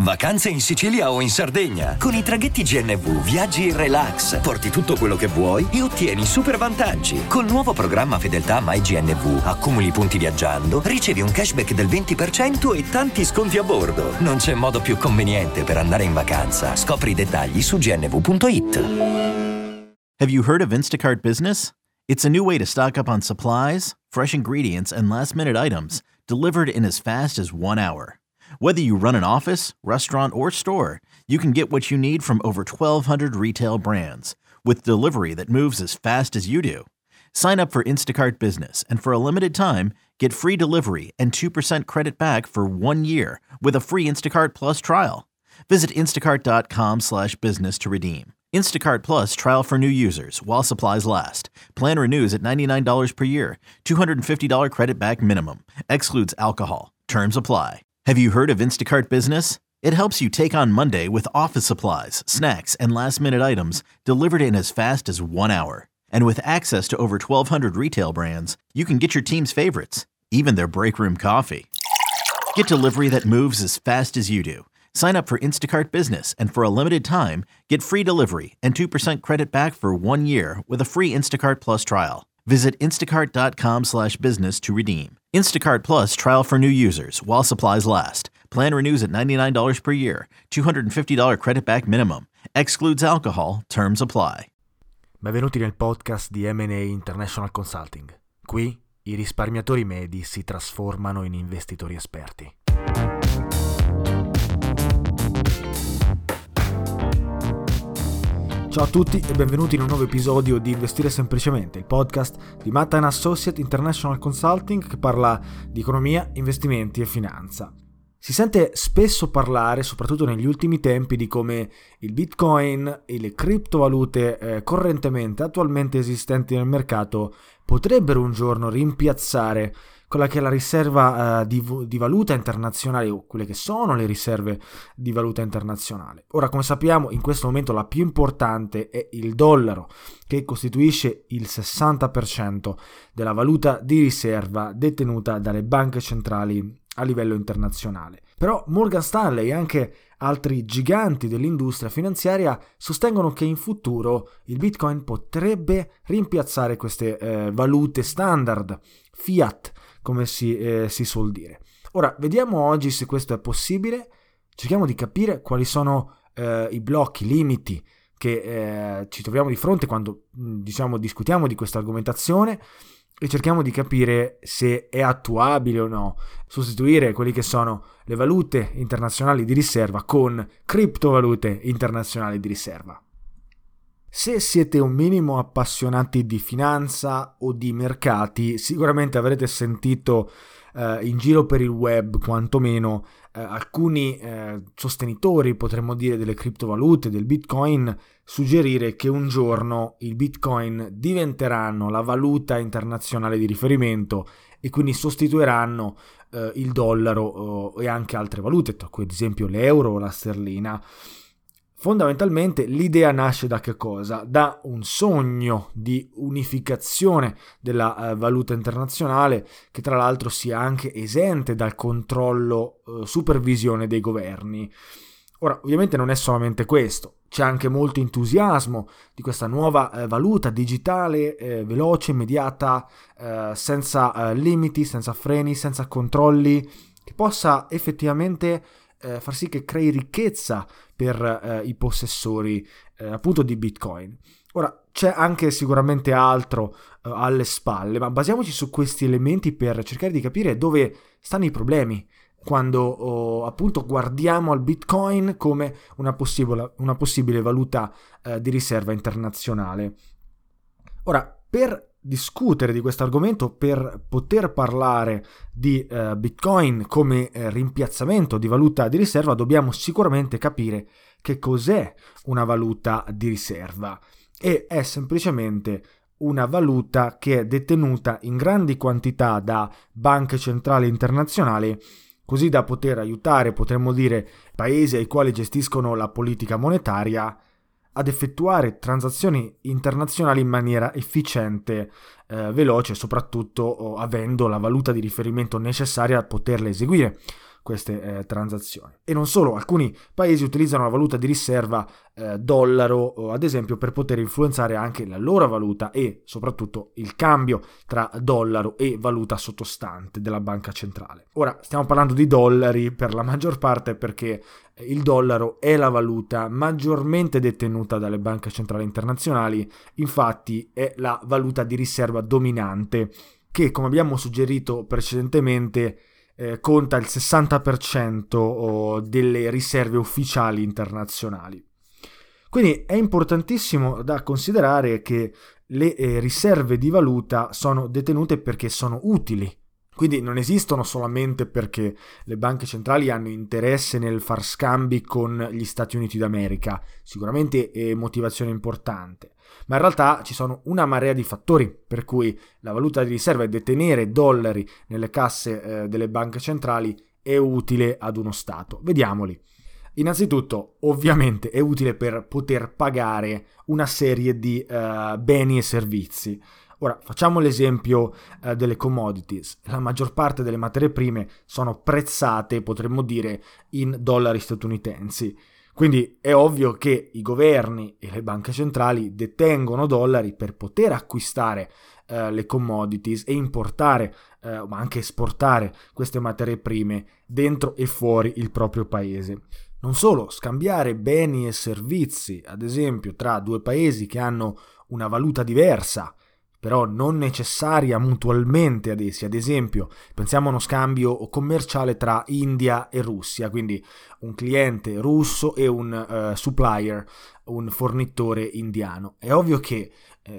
Vacanze in Sicilia o in Sardegna. Con i traghetti GNV viaggi in relax, porti tutto quello che vuoi e ottieni super vantaggi. Col nuovo programma Fedeltà MyGNV accumuli punti viaggiando, ricevi un cashback del 20% e tanti sconti a bordo. Non c'è modo più conveniente per andare in vacanza. Scopri i dettagli su gnv.it. Have you heard of Instacart Business? It's a new way to stock up on supplies, fresh ingredients, and last-minute items delivered in as fast as 1 hour. Whether you run an office, restaurant, or store, you can get what you need from over 1,200 retail brands with delivery that moves as fast as you do. Sign up for Instacart Business and for a limited time, get free delivery and 2% credit back for 1 year with a free Instacart Plus trial. Visit instacart.com/business to redeem. Instacart Plus trial for new users while supplies last. Plan renews at $99 per year. $250 credit back minimum. Excludes alcohol. Terms apply. Have you heard of Instacart Business? It helps you take on Monday with office supplies, snacks, and last-minute items delivered in as fast as 1 hour. And with access to over 1,200 retail brands, you can get your team's favorites, even their break room coffee. Get delivery that moves as fast as you do. Sign up for Instacart Business and for a limited time, get free delivery and 2% credit back for 1 year with a free Instacart Plus trial. Visit instacart.com/business to redeem. Instacart Plus trial for new users while supplies last. Plan renews at $99 per year. $250 credit back minimum. Excludes alcohol. Terms apply. Benvenuti nel podcast di M&A International Consulting. Qui i risparmiatori medi si trasformano in investitori esperti. Ciao a tutti e benvenuti in un nuovo episodio di Investire Semplicemente, il podcast di Matta & Associate International Consulting che parla di economia, investimenti e finanza. Si sente spesso parlare, soprattutto negli ultimi tempi, di come il Bitcoin e le criptovalute correntemente attualmente esistenti nel mercato potrebbero un giorno rimpiazzare quella che è la riserva di valuta internazionale, o quelle che sono le riserve di valuta internazionale. Ora, come sappiamo, in questo momento la più importante è il dollaro, che costituisce il 60% della valuta di riserva detenuta dalle banche centrali a livello internazionale. Però Morgan Stanley e anche altri giganti dell'industria finanziaria sostengono che in futuro il Bitcoin potrebbe rimpiazzare queste valute standard, fiat, come si suol dire. Ora, vediamo oggi se questo è possibile. Cerchiamo di capire quali sono i blocchi, i limiti che ci troviamo di fronte quando discutiamo di questa argomentazione, e cerchiamo di capire se è attuabile o no sostituire quelli che sono le valute internazionali di riserva con criptovalute internazionali di riserva. Se siete un minimo appassionati di finanza o di mercati, sicuramente avrete sentito in giro per il web quantomeno alcuni sostenitori, potremmo dire, delle criptovalute, del Bitcoin, suggerire che un giorno il Bitcoin diventeranno la valuta internazionale di riferimento e quindi sostituiranno il dollaro e anche altre valute, tra cui ad esempio l'euro o la sterlina. Fondamentalmente l'idea nasce da che cosa? Da un sogno di unificazione della valuta internazionale, che tra l'altro sia anche esente dal controllo, supervisione dei governi. Ora, ovviamente non è solamente questo, c'è anche molto entusiasmo di questa nuova valuta digitale, veloce, immediata, senza limiti, senza freni, senza controlli, che possa effettivamente far sì che crei ricchezza per i possessori appunto di Bitcoin. Ora, c'è anche sicuramente altro alle spalle, ma basiamoci su questi elementi per cercare di capire dove stanno i problemi quando appunto guardiamo al Bitcoin come una possibile valuta di riserva internazionale. Ora, per discutere di questo argomento, per poter parlare di Bitcoin come rimpiazzamento di valuta di riserva, dobbiamo sicuramente capire che cos'è una valuta di riserva. E è semplicemente una valuta che è detenuta in grandi quantità da banche centrali internazionali, così da poter aiutare, potremmo dire, paesi ai quali gestiscono la politica monetaria ad effettuare transazioni internazionali in maniera efficiente, veloce e soprattutto avendo la valuta di riferimento necessaria a poterle eseguire. queste transazioni. E non solo, alcuni paesi utilizzano la valuta di riserva dollaro, ad esempio, per poter influenzare anche la loro valuta e soprattutto il cambio tra dollaro e valuta sottostante della banca centrale. Ora, stiamo parlando di dollari per la maggior parte perché il dollaro è la valuta maggiormente detenuta dalle banche centrali internazionali, infatti è la valuta di riserva dominante che, come abbiamo suggerito precedentemente, conta il 60% delle riserve ufficiali internazionali. Quindi è importantissimo da considerare che le riserve di valuta sono detenute perché sono utili. Quindi non esistono solamente perché le banche centrali hanno interesse nel far scambi con gli Stati Uniti d'America, sicuramente è motivazione importante, ma in realtà ci sono una marea di fattori per cui la valuta di riserva e detenere dollari nelle casse delle banche centrali è utile ad uno Stato. Vediamoli. Innanzitutto, ovviamente, è utile per poter pagare una serie di beni e servizi. Ora, facciamo l'esempio delle commodities. La maggior parte delle materie prime sono prezzate, potremmo dire, in dollari statunitensi. Quindi è ovvio che i governi e le banche centrali detengono dollari per poter acquistare le commodities e importare, ma anche esportare queste materie prime dentro e fuori il proprio paese. Non solo, scambiare beni e servizi, ad esempio, tra due paesi che hanno una valuta diversa, però non necessaria mutualmente ad essi. Ad esempio, pensiamo a uno scambio commerciale tra India e Russia, quindi un cliente russo e un supplier, un fornitore indiano. È ovvio che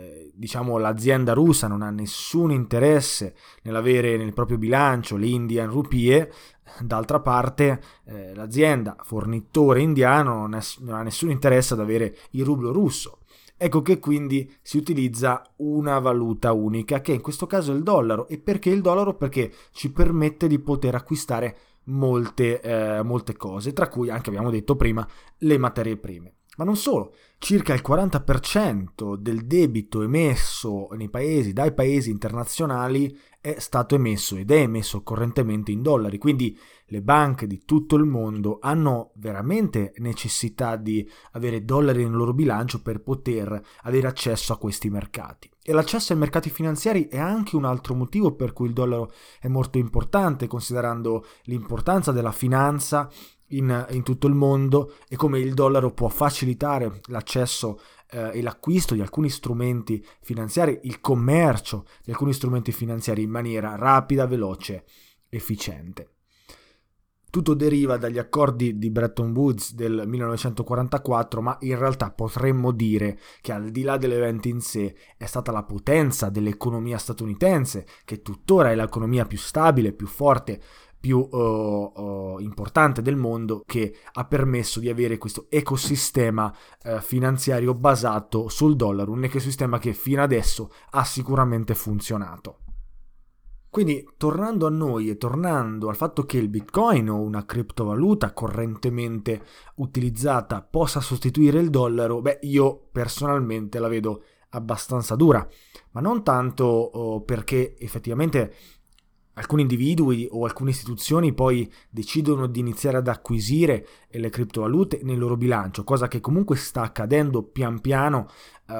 l'azienda russa non ha nessun interesse nell'avere nel proprio bilancio le Indian rupie. D'altra parte l'azienda fornitore indiano non ha nessun interesse ad avere il rublo russo. Ecco che quindi si utilizza una valuta unica, che in questo caso è il dollaro. E perché il dollaro? Perché ci permette di poter acquistare molte cose, tra cui anche, abbiamo detto prima, le materie prime. Ma non solo, circa il 40% del debito emesso dai paesi internazionali è stato emesso ed è emesso correntemente in dollari, quindi le banche di tutto il mondo hanno veramente necessità di avere dollari nel loro bilancio per poter avere accesso a questi mercati. E l'accesso ai mercati finanziari è anche un altro motivo per cui il dollaro è molto importante, considerando l'importanza della finanza in tutto il mondo e come il dollaro può facilitare l'accesso e l'acquisto di alcuni strumenti finanziari, il commercio di alcuni strumenti finanziari in maniera rapida, veloce, efficiente. Tutto deriva dagli accordi di Bretton Woods del 1944, ma in realtà potremmo dire che al di là dell'evento in sé è stata la potenza dell'economia statunitense, che tuttora è l'economia più stabile, più forte, più importante del mondo, che ha permesso di avere questo ecosistema finanziario basato sul dollaro, un ecosistema che fino adesso ha sicuramente funzionato. Quindi, tornando a noi e tornando al fatto che il Bitcoin o una criptovaluta correntemente utilizzata possa sostituire il dollaro, io personalmente la vedo abbastanza dura, ma non tanto perché effettivamente alcuni individui o alcune istituzioni poi decidono di iniziare ad acquisire le criptovalute nel loro bilancio, cosa che comunque sta accadendo pian piano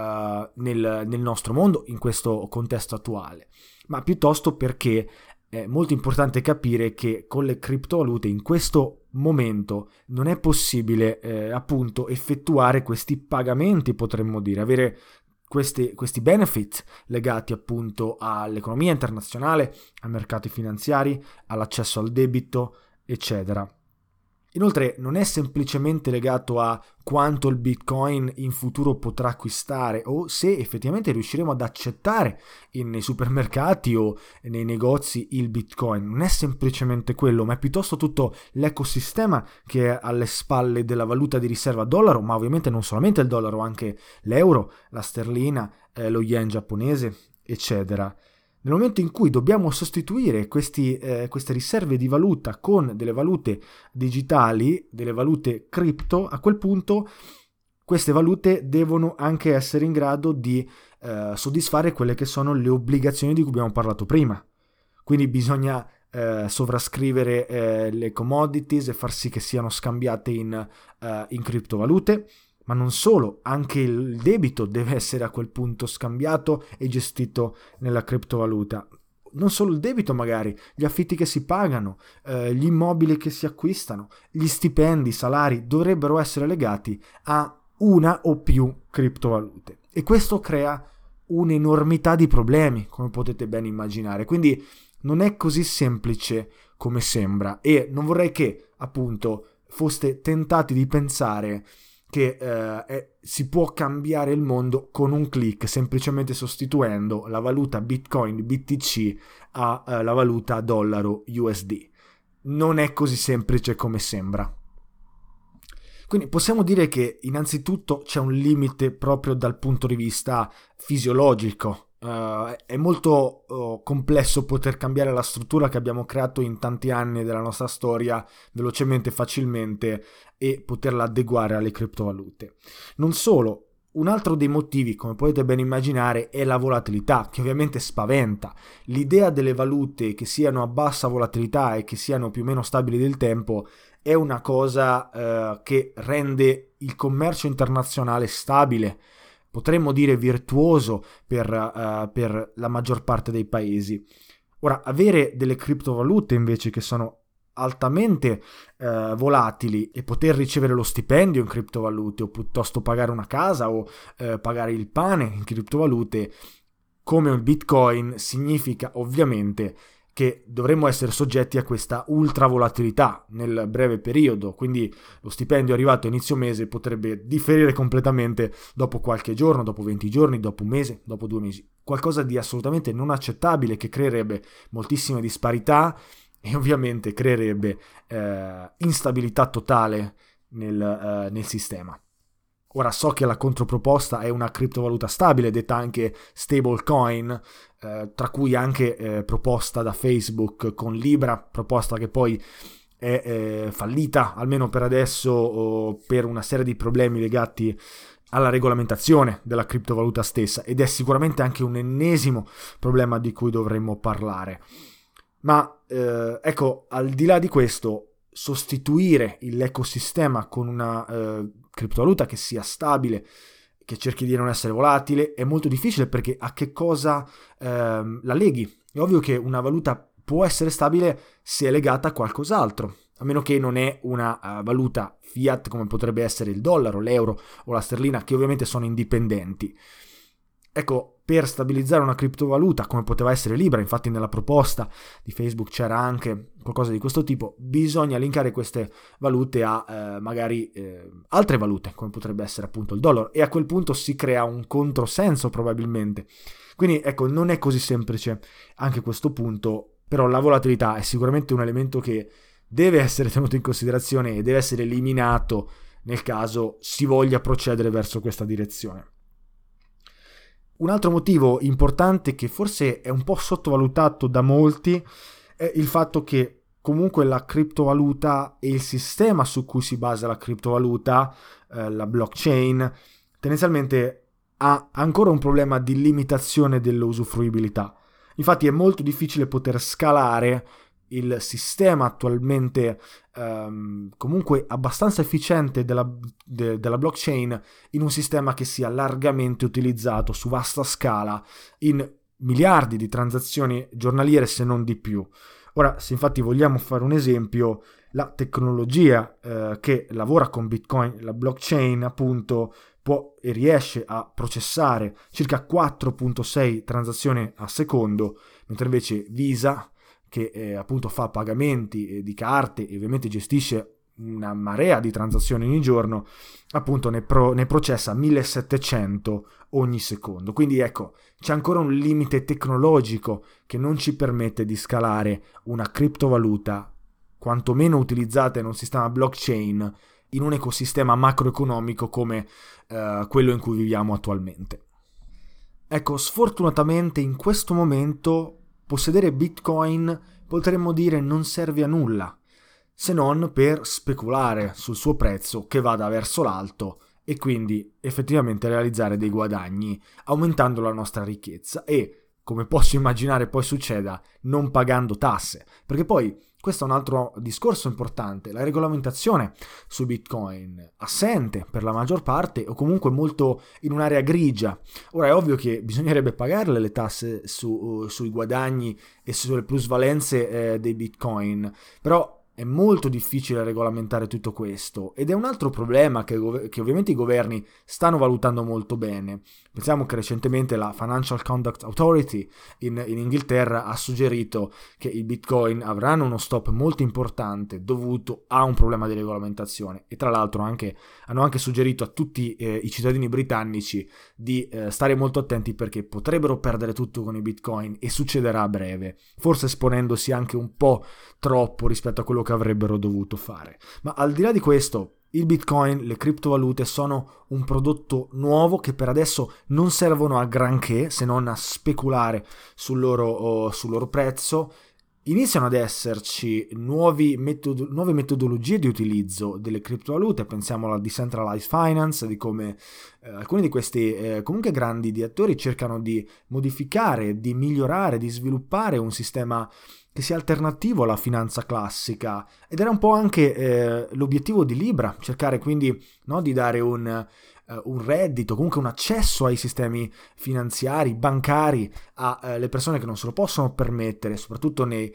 nel nostro mondo in questo contesto attuale, ma piuttosto perché è molto importante capire che con le criptovalute in questo momento non è possibile appunto effettuare questi pagamenti, potremmo dire, avere questi benefit legati appunto all'economia internazionale, ai mercati finanziari, all'accesso al debito, eccetera. Inoltre non è semplicemente legato a quanto il Bitcoin in futuro potrà acquistare o se effettivamente riusciremo ad accettare nei supermercati o nei negozi il Bitcoin. Non è semplicemente quello, ma è piuttosto tutto l'ecosistema che è alle spalle della valuta di riserva dollaro, ma ovviamente non solamente il dollaro, anche l'euro, la sterlina, lo yen giapponese, eccetera. Nel momento in cui dobbiamo sostituire queste riserve di valuta con delle valute digitali, delle valute cripto, a quel punto queste valute devono anche essere in grado di soddisfare quelle che sono le obbligazioni di cui abbiamo parlato prima. Quindi bisogna sovrascrivere le commodities e far sì che siano scambiate in criptovalute. Ma non solo, anche il debito deve essere a quel punto scambiato e gestito nella criptovaluta. Non solo il debito, magari gli affitti che si pagano, gli immobili che si acquistano, gli stipendi, i salari dovrebbero essere legati a una o più criptovalute. E questo crea un'enormità di problemi, come potete ben immaginare. Quindi non è così semplice come sembra, e non vorrei che appunto foste tentati di pensare che si può cambiare il mondo con un click, semplicemente sostituendo la valuta Bitcoin BTC alla valuta dollaro USD. Non è così semplice come sembra. Quindi possiamo dire che innanzitutto c'è un limite proprio dal punto di vista fisiologico. È molto complesso poter cambiare la struttura che abbiamo creato in tanti anni della nostra storia velocemente e facilmente e poterla adeguare alle criptovalute. Non solo, un altro dei motivi, come potete ben immaginare, è la volatilità, che ovviamente spaventa. L'idea delle valute che siano a bassa volatilità e che siano più o meno stabili nel tempo è una cosa che rende il commercio internazionale stabile, potremmo dire virtuoso per la maggior parte dei paesi. Ora, avere delle criptovalute invece che sono altamente volatili e poter ricevere lo stipendio in criptovalute, o piuttosto pagare una casa o pagare il pane in criptovalute come il Bitcoin, significa ovviamente che dovremmo essere soggetti a questa ultra volatilità nel breve periodo. Quindi lo stipendio arrivato a inizio mese potrebbe differire completamente dopo qualche giorno, dopo 20 giorni, dopo un mese, dopo 2 mesi. Qualcosa di assolutamente non accettabile, che creerebbe moltissime disparità e ovviamente creerebbe instabilità totale nel sistema. Ora, so che la controproposta è una criptovaluta stabile, detta anche stablecoin, tra cui anche proposta da Facebook con Libra, proposta che poi è fallita, almeno per adesso, per una serie di problemi legati alla regolamentazione della criptovaluta stessa, ed è sicuramente anche un ennesimo problema di cui dovremmo parlare. Ma ecco, al di là di questo, sostituire l'ecosistema con una criptovaluta che sia stabile, che cerchi di non essere volatile, è molto difficile, perché a che cosa la leghi? È ovvio che una valuta può essere stabile se è legata a qualcos'altro, a meno che non è una valuta fiat come potrebbe essere il dollaro, l'euro o la sterlina, che ovviamente sono indipendenti. Ecco, per stabilizzare una criptovaluta come poteva essere Libra, infatti nella proposta di Facebook c'era anche qualcosa di questo tipo, bisogna linkare queste valute a magari altre valute, come potrebbe essere appunto il dollaro, e a quel punto si crea un controsenso probabilmente. Quindi ecco, non è così semplice anche questo punto, però la volatilità è sicuramente un elemento che deve essere tenuto in considerazione e deve essere eliminato nel caso si voglia procedere verso questa direzione. Un altro motivo importante, che forse è un po' sottovalutato da molti, è il fatto che comunque la criptovaluta e il sistema su cui si basa la criptovaluta, la blockchain, tendenzialmente ha ancora un problema di limitazione dell'usufruibilità. Infatti è molto difficile poter scalare il sistema attualmente comunque abbastanza efficiente della blockchain in un sistema che sia largamente utilizzato su vasta scala in miliardi di transazioni giornaliere, se non di più. Ora, se infatti vogliamo fare un esempio, la tecnologia che lavora con Bitcoin, la blockchain appunto, può e riesce a processare circa 4.6 transazioni a secondo, mentre invece Visa, che appunto fa pagamenti di carte e ovviamente gestisce una marea di transazioni ogni giorno, appunto ne processa 1700 ogni secondo. Quindi ecco, c'è ancora un limite tecnologico che non ci permette di scalare una criptovaluta quantomeno utilizzata in un sistema blockchain in un ecosistema macroeconomico come quello in cui viviamo attualmente. Ecco, sfortunatamente in questo momento possedere Bitcoin, potremmo dire, non serve a nulla, se non per speculare sul suo prezzo che vada verso l'alto e quindi effettivamente realizzare dei guadagni, aumentando la nostra ricchezza. E come posso immaginare poi succeda, non pagando tasse. Perché poi questo è un altro discorso importante, la regolamentazione su Bitcoin assente per la maggior parte o comunque molto in un'area grigia. Ora è ovvio che bisognerebbe pagarle le tasse sui guadagni e sulle plusvalenze dei Bitcoin, però è molto difficile regolamentare tutto questo ed è un altro problema che ovviamente i governi stanno valutando molto bene. Pensiamo che recentemente la Financial Conduct Authority in Inghilterra ha suggerito che i Bitcoin avranno uno stop molto importante dovuto a un problema di regolamentazione e tra l'altro hanno anche suggerito a tutti i cittadini britannici di stare molto attenti perché potrebbero perdere tutto con i Bitcoin e succederà a breve, forse esponendosi anche un po' troppo rispetto a quello che avrebbero dovuto fare. Ma al di là di questo, il Bitcoin, le criptovalute sono un prodotto nuovo che per adesso non servono a granché se non a speculare sul loro prezzo. Iniziano ad esserci nuove metodologie di utilizzo delle criptovalute, pensiamo alla decentralized finance, di come alcuni di questi comunque grandi attori cercano di modificare, di migliorare, di sviluppare un sistema che sia alternativo alla finanza classica, ed era un po' anche l'obiettivo di Libra, cercare quindi di dare un reddito, comunque un accesso ai sistemi finanziari, bancari alle persone che non se lo possono permettere, soprattutto nel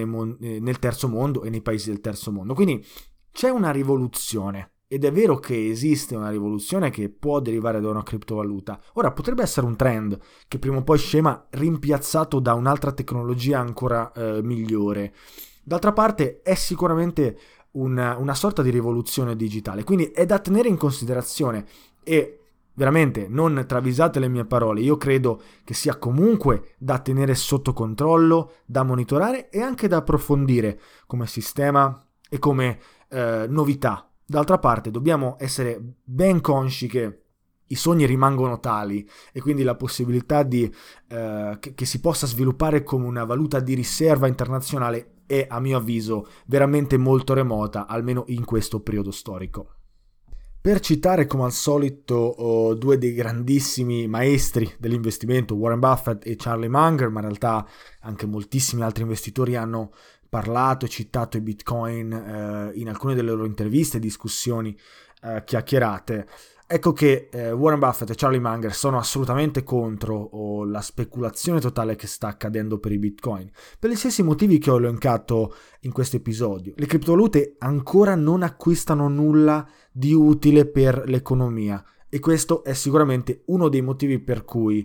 terzo mondo e nei paesi del terzo mondo. Quindi c'è una rivoluzione. Ed è vero che esiste una rivoluzione che può derivare da una criptovaluta. Ora, potrebbe essere un trend che prima o poi scema rimpiazzato da un'altra tecnologia ancora migliore. D'altra parte è sicuramente una sorta di rivoluzione digitale, quindi è da tenere in considerazione e veramente non travisate le mie parole, io credo che sia comunque da tenere sotto controllo, da monitorare e anche da approfondire come sistema e come novità. D'altra parte dobbiamo essere ben consci che i sogni rimangono tali e quindi la possibilità che si possa sviluppare come una valuta di riserva internazionale è, a mio avviso, veramente molto remota, almeno in questo periodo storico. Per citare come al solito due dei grandissimi maestri dell'investimento, Warren Buffett e Charlie Munger, ma in realtà anche moltissimi altri investitori hanno parlato e citato i Bitcoin in alcune delle loro interviste, discussioni, chiacchierate. Ecco che Warren Buffett e Charlie Munger sono assolutamente contro la speculazione totale che sta accadendo per i Bitcoin, per gli stessi motivi che ho elencato in questo episodio. Le criptovalute ancora non acquistano nulla di utile per l'economia e questo è sicuramente uno dei motivi per cui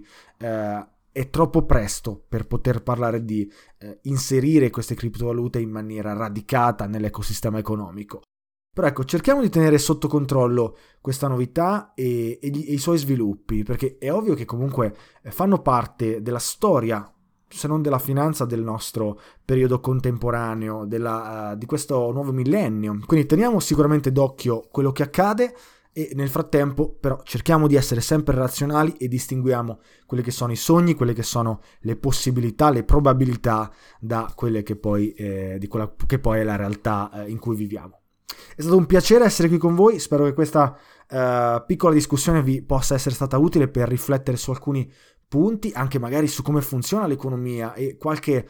è troppo presto per poter parlare di inserire queste criptovalute in maniera radicata nell'ecosistema economico. Però ecco, cerchiamo di tenere sotto controllo questa novità e i suoi sviluppi, perché è ovvio che comunque fanno parte della storia, se non della finanza, del nostro periodo contemporaneo, di questo nuovo millennio. Quindi teniamo sicuramente d'occhio quello che accade e nel frattempo però cerchiamo di essere sempre razionali e distinguiamo quelli che sono i sogni, quelle che sono le possibilità, le probabilità da quelle che poi di quella che poi è la realtà in cui viviamo. È stato un piacere essere qui con voi, spero che questa piccola discussione vi possa essere stata utile per riflettere su alcuni punti, anche magari su come funziona l'economia e qualche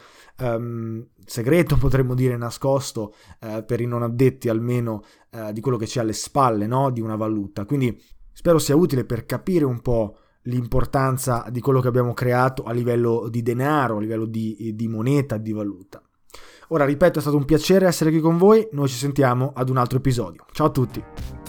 segreto, potremmo dire, nascosto per i non addetti almeno di quello che c'è alle spalle, no? Di una valuta. Quindi spero sia utile per capire un po' l'importanza di quello che abbiamo creato a livello di denaro, a livello di moneta, di valuta. Ora, ripeto, è stato un piacere essere qui con voi, noi ci sentiamo ad un altro episodio. Ciao a tutti!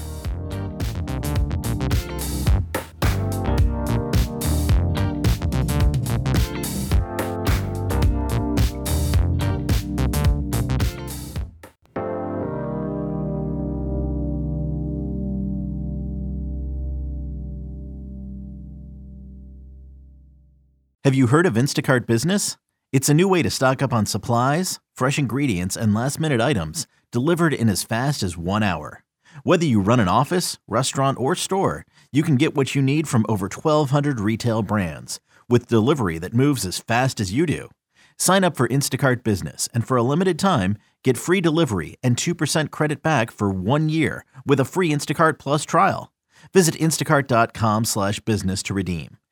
Have you heard of Instacart Business? It's a new way to stock up on supplies, fresh ingredients, and last-minute items delivered in as fast as 1 hour. Whether you run an office, restaurant, or store, you can get what you need from over 1,200 retail brands with delivery that moves as fast as you do. Sign up for Instacart Business, and for a limited time, get free delivery and 2% credit back for 1 year with a free Instacart Plus trial. Visit instacart.com/business to redeem.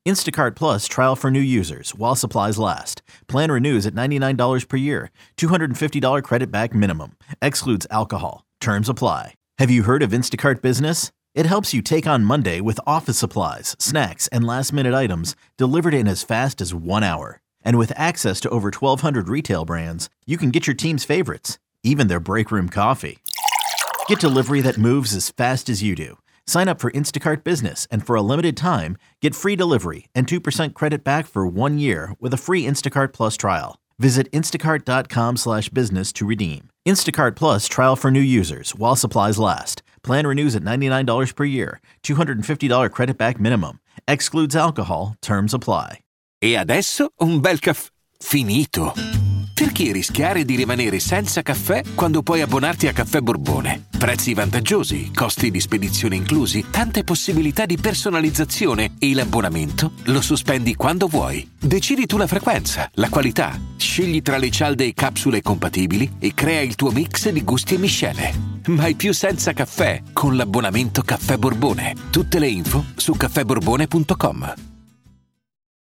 Instacart Plus trial for new users while supplies last. Plan renews at $99 per year. $250 credit back minimum. Excludes alcohol. Terms apply. Have you heard of Instacart Business? It helps you take on Monday with office supplies, snacks, and last-minute items delivered in as fast as 1 hour. And with access to over 1,200 retail brands, you can get your team's favorites, even their break room coffee. Get delivery that moves as fast as you do. Sign up for Instacart Business, and for a limited time, get free delivery and 2% credit back for 1 year with a free Instacart Plus trial. Visit instacart.com/business to redeem. Instacart Plus trial for new users while supplies last. Plan renews at $99 per year. $250 credit back minimum. Excludes alcohol. Terms apply. E adesso un bel caffè finito. Perché rischiare di rimanere senza caffè quando puoi abbonarti a Caffè Borbone? Prezzi vantaggiosi, costi di spedizione inclusi, tante possibilità di personalizzazione e l'abbonamento lo sospendi quando vuoi. Decidi tu la frequenza, la qualità, scegli tra le cialde e capsule compatibili e crea il tuo mix di gusti e miscele. Mai più senza caffè con l'abbonamento Caffè Borbone. Tutte le info su caffèborbone.com.